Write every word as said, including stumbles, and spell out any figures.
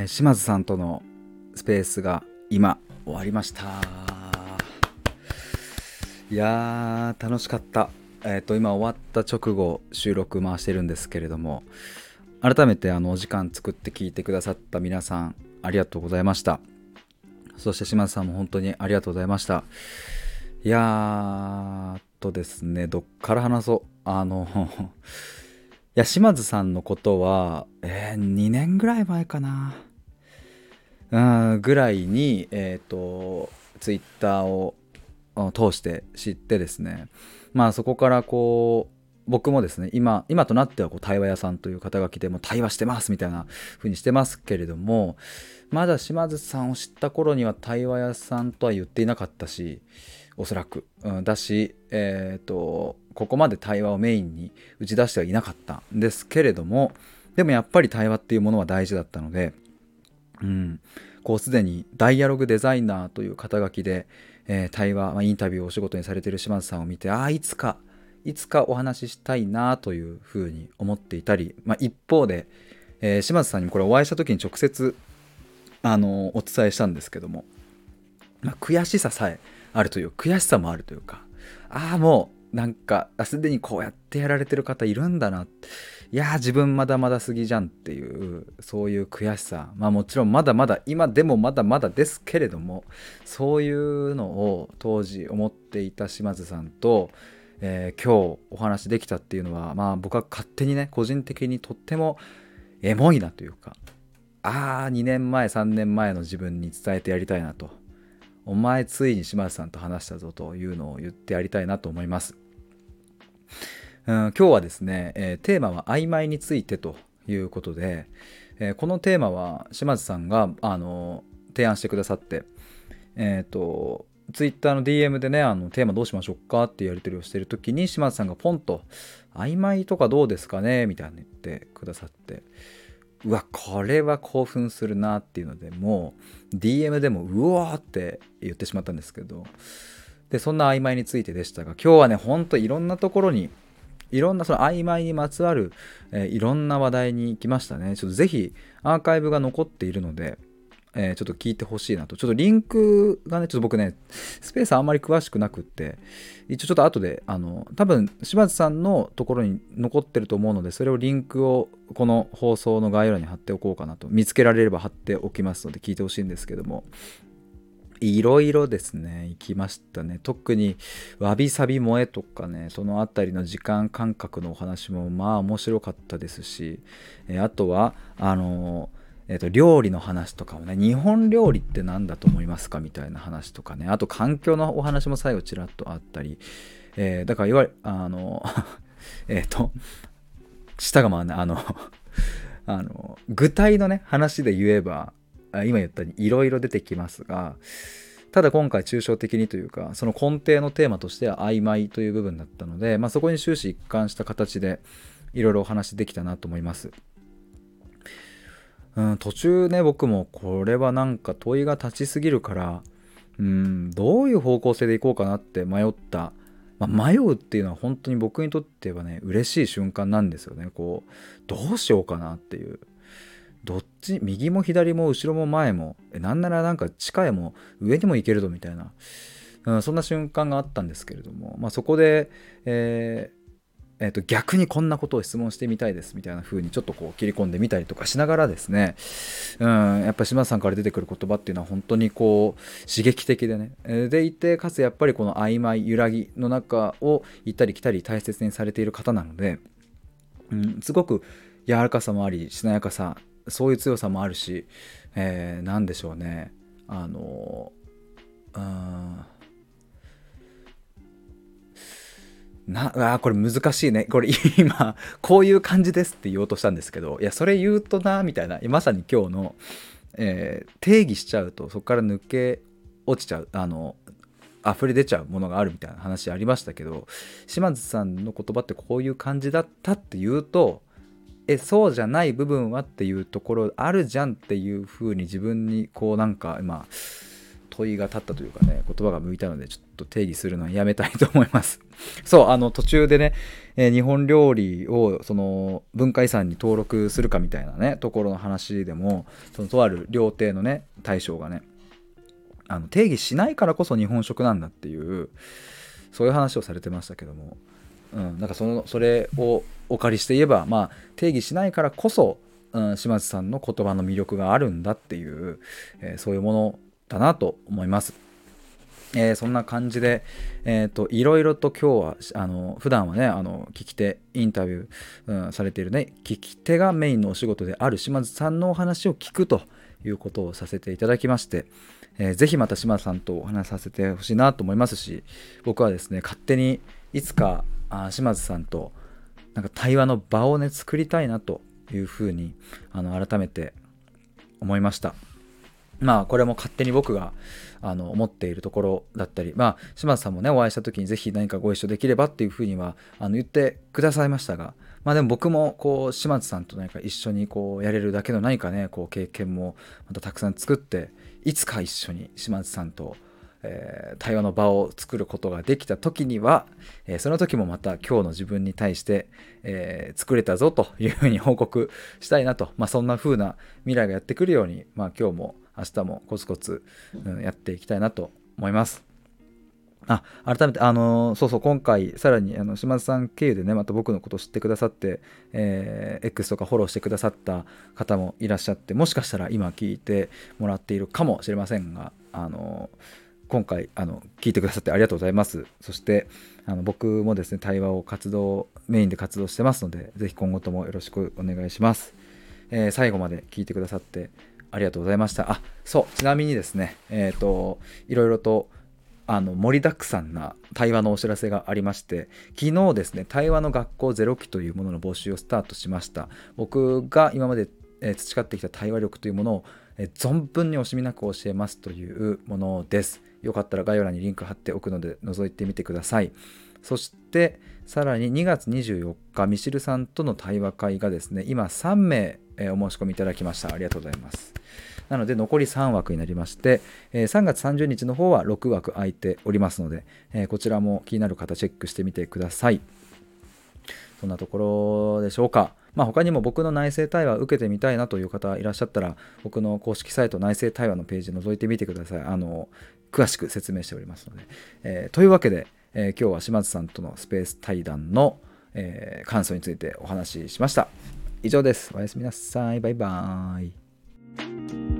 えー、島津さんとのスペースが今終わりました。いやー楽しかった。えっ、と今終わった直後収録回してるんですけれども、改めてあのお時間作って聞いてくださった皆さんありがとうございました。そして島津さんも本当にありがとうございました。いやーっとですね、どっから話そう。あのいや島津さんのことは、えー、にねんぐらい前かな、うんぐらいに、えっ、とツイッターをあ通して知ってですね、まあそこからこう僕もですね、今今となってはこう対話屋さんという肩書きでもう対話してますみたいな風にしてますけれども、まだ島津さんを知った頃には対話屋さんとは言っていなかったし、おそらく、うん、だし、えっ、とここまで対話をメインに打ち出してはいなかったんですけれども、でもやっぱり対話っていうものは大事だったので、うん、こうすでにダイアログデザイナーという肩書きで、えー対話、まあ、インタビューをお仕事にされている島津さんを見て、ああいつかいつかお話ししたいなというふうに思っていたり、まあ、一方で、えー島津さんにもこれお会いした時に直接あのお伝えしたんですけども、まあ、悔しささえあるという悔しさもあるというか、ああもうなんかすでにこうやってやられてる方いるんだな、いやー自分まだまだすぎじゃんっていう、そういう悔しさ、まあもちろんまだまだ今でもまだまだですけれども、そういうのを当時思っていた島津さんと、えー今日お話できたっていうのは、まあ僕は勝手にね個人的にとってもエモいなというか、ああにねんまえさんねんまえの自分に伝えてやりたいなと、お前ついに島津さんと話したぞというのを言ってやりたいなと思います。うん、今日はですね、えーテーマは曖昧についてということで、えーこのテーマは島津さんが、あの提案してくださって、えっ、とツイッターの ディーエム でね、あのテーマどうしましょうかっていうやり取りをしている時に島津さんがポンと曖昧とかどうですかねみたいな言ってくださって、うわこれは興奮するなっていうので、もう ディーエム でもうおーって言ってしまったんですけど、でそんな曖昧についてでしたが、今日はねほんといろんなところに、いろんなその曖昧にまつわる、えーいろんな話題に行きましたね。ちょっとぜひアーカイブが残っているので、えーちょっと聞いてほしいなと。ちょっとリンクがね、ちょっと僕ねスペースあんまり詳しくなくって、一応ちょっと後であの多分島津さんのところに残ってると思うので、それをリンクをこの放送の概要欄に貼っておこうかなと、見つけられれば貼っておきますので聞いてほしいんですけども、いろいろですね行きましたね。特にわびさび萌えとかね、そのあたりの時間感覚のお話もまあ面白かったですし、えーあとはあのーえーと料理の話とかもね、日本料理って何だと思いますかみたいな話とかね、あと環境のお話も最後ちらっとあったり、えーだからいわゆるあのえっと舌が回んない、あのあの具体のね話で言えば、あ今言ったようにいろいろ出てきますが、ただ今回抽象的にというか、その根底のテーマとしては曖昧という部分だったので、まあ、そこに終始一貫した形でいろいろお話できたなと思います。うん、途中ね僕もこれはなんか問いが立ちすぎるから、うん、どういう方向性でいこうかなって迷った、まあ、迷うっていうのは本当に僕にとってはね嬉しい瞬間なんですよね。こうどうしようかなっていう、どっち右も左も後ろも前も、えなんならなんか地下へも上にも行けるぞみたいな、うん、そんな瞬間があったんですけれども、まあ、そこで、えーえーと逆にこんなことを質問してみたいですみたいな風にちょっとこう切り込んでみたりとかしながらですね、うん、やっぱ島津さんから出てくる言葉っていうのは本当にこう刺激的でね、えーでいてかつやっぱりこの曖昧揺らぎの中を行ったり来たり大切にされている方なので、うん、すごく柔らかさもありしなやかさ、そういう強さもあるし、えー、なんでしょうね、あのうんなあこれ難しいね、これ今こういう感じですって言おうとしたんですけど、いやそれ言うとなみたいな、まさに今日の、えー定義しちゃうとそこから抜け落ちちゃう、あの溢れ出ちゃうものがあるみたいな話ありましたけど、島津さんの言葉ってこういう感じだったって言うと、えそうじゃない部分はっていうところあるじゃんっていう風に自分にこうなんか今問いが立ったというかね、言葉が向いたので、ちょっと定義するのはやめたいと思います。そう、あの途中でね、えー日本料理をその文化遺産に登録するかみたいなねところの話でも、そのとある料亭のね大将がね、あの定義しないからこそ日本食なんだっていう、そういう話をされてましたけども、うん、なんかそのそれをお借りして言えば、まあ、定義しないからこそ、うん、島津さんの言葉の魅力があるんだっていう、えーそういうものだなと思います。えーそんな感じで、えー、といろいろと今日はあの普段はね、あの聞き手インタビュー、うん、されているね聞き手がメインのお仕事である島津さんのお話を聞くということをさせていただきまして、えーぜひまた島津さんとお話しさせてほしいなと思いますし、僕はですね勝手にいつかあ島津さんとなんか対話の場をね作りたいなというふうにあの改めて思いました。まあこれも勝手に僕があの思っているところだったり、まあ島津さんもねお会いした時にぜひ何かご一緒できればっていうふうにはあの言ってくださいましたが、まあでも僕もこう島津さんと何か一緒にこうやれるだけの何かねこう経験もまたたくさん作って、いつか一緒に島津さんと、えー対話の場を作ることができた時には、えーその時もまた今日の自分に対して、えー作れたぞというふうに報告したいなと、まあ、そんな風な未来がやってくるように、まあ、今日も明日もコツコツ、うんやっていきたいなと思います。あ、改めて、あのーそうそう、今回、さらに、あの、島津さん経由でね、また僕のことを知ってくださって、えー X とかフォローしてくださった方もいらっしゃって、もしかしたら今聞いてもらっているかもしれませんが、あのー今回、あの、聞いてくださってありがとうございます。そして、あの、僕もですね、対話を活動、メインで活動してますので、ぜひ今後ともよろしくお願いします。えー最後まで聞いてくださってありがとうございました。あ、そう、ちなみにですね、えっと、いろいろと、あの盛りだくさんな対話のお知らせがありまして、昨日ですね対話の学校ゼロ期というものの募集をスタートしました。僕が今まで、えー培ってきた対話力というものを、えー存分に惜しみなく教えますというものです。よかったら概要欄にリンク貼っておくので覗いてみてください。そしてさらににがつにじゅうよっかミシルさんとの対話会がですね今さんめい、えーお申し込みいただきました。ありがとうございます。なので残りさんわくになりまして、えーさんがつさんじゅうにちの方はろくわく空いておりますので、えーこちらも気になる方チェックしてみてください。そんなところでしょうか。まあ、他にも僕の内政対話を受けてみたいなという方いらっしゃったら、僕の公式サイト内政対話のページ覗いてみてください。あの詳しく説明しておりますので、えーというわけで、えー今日は島津さんとのスペース対談の、えー感想についてお話ししました。以上です。おやすみなさい。バイバーイ。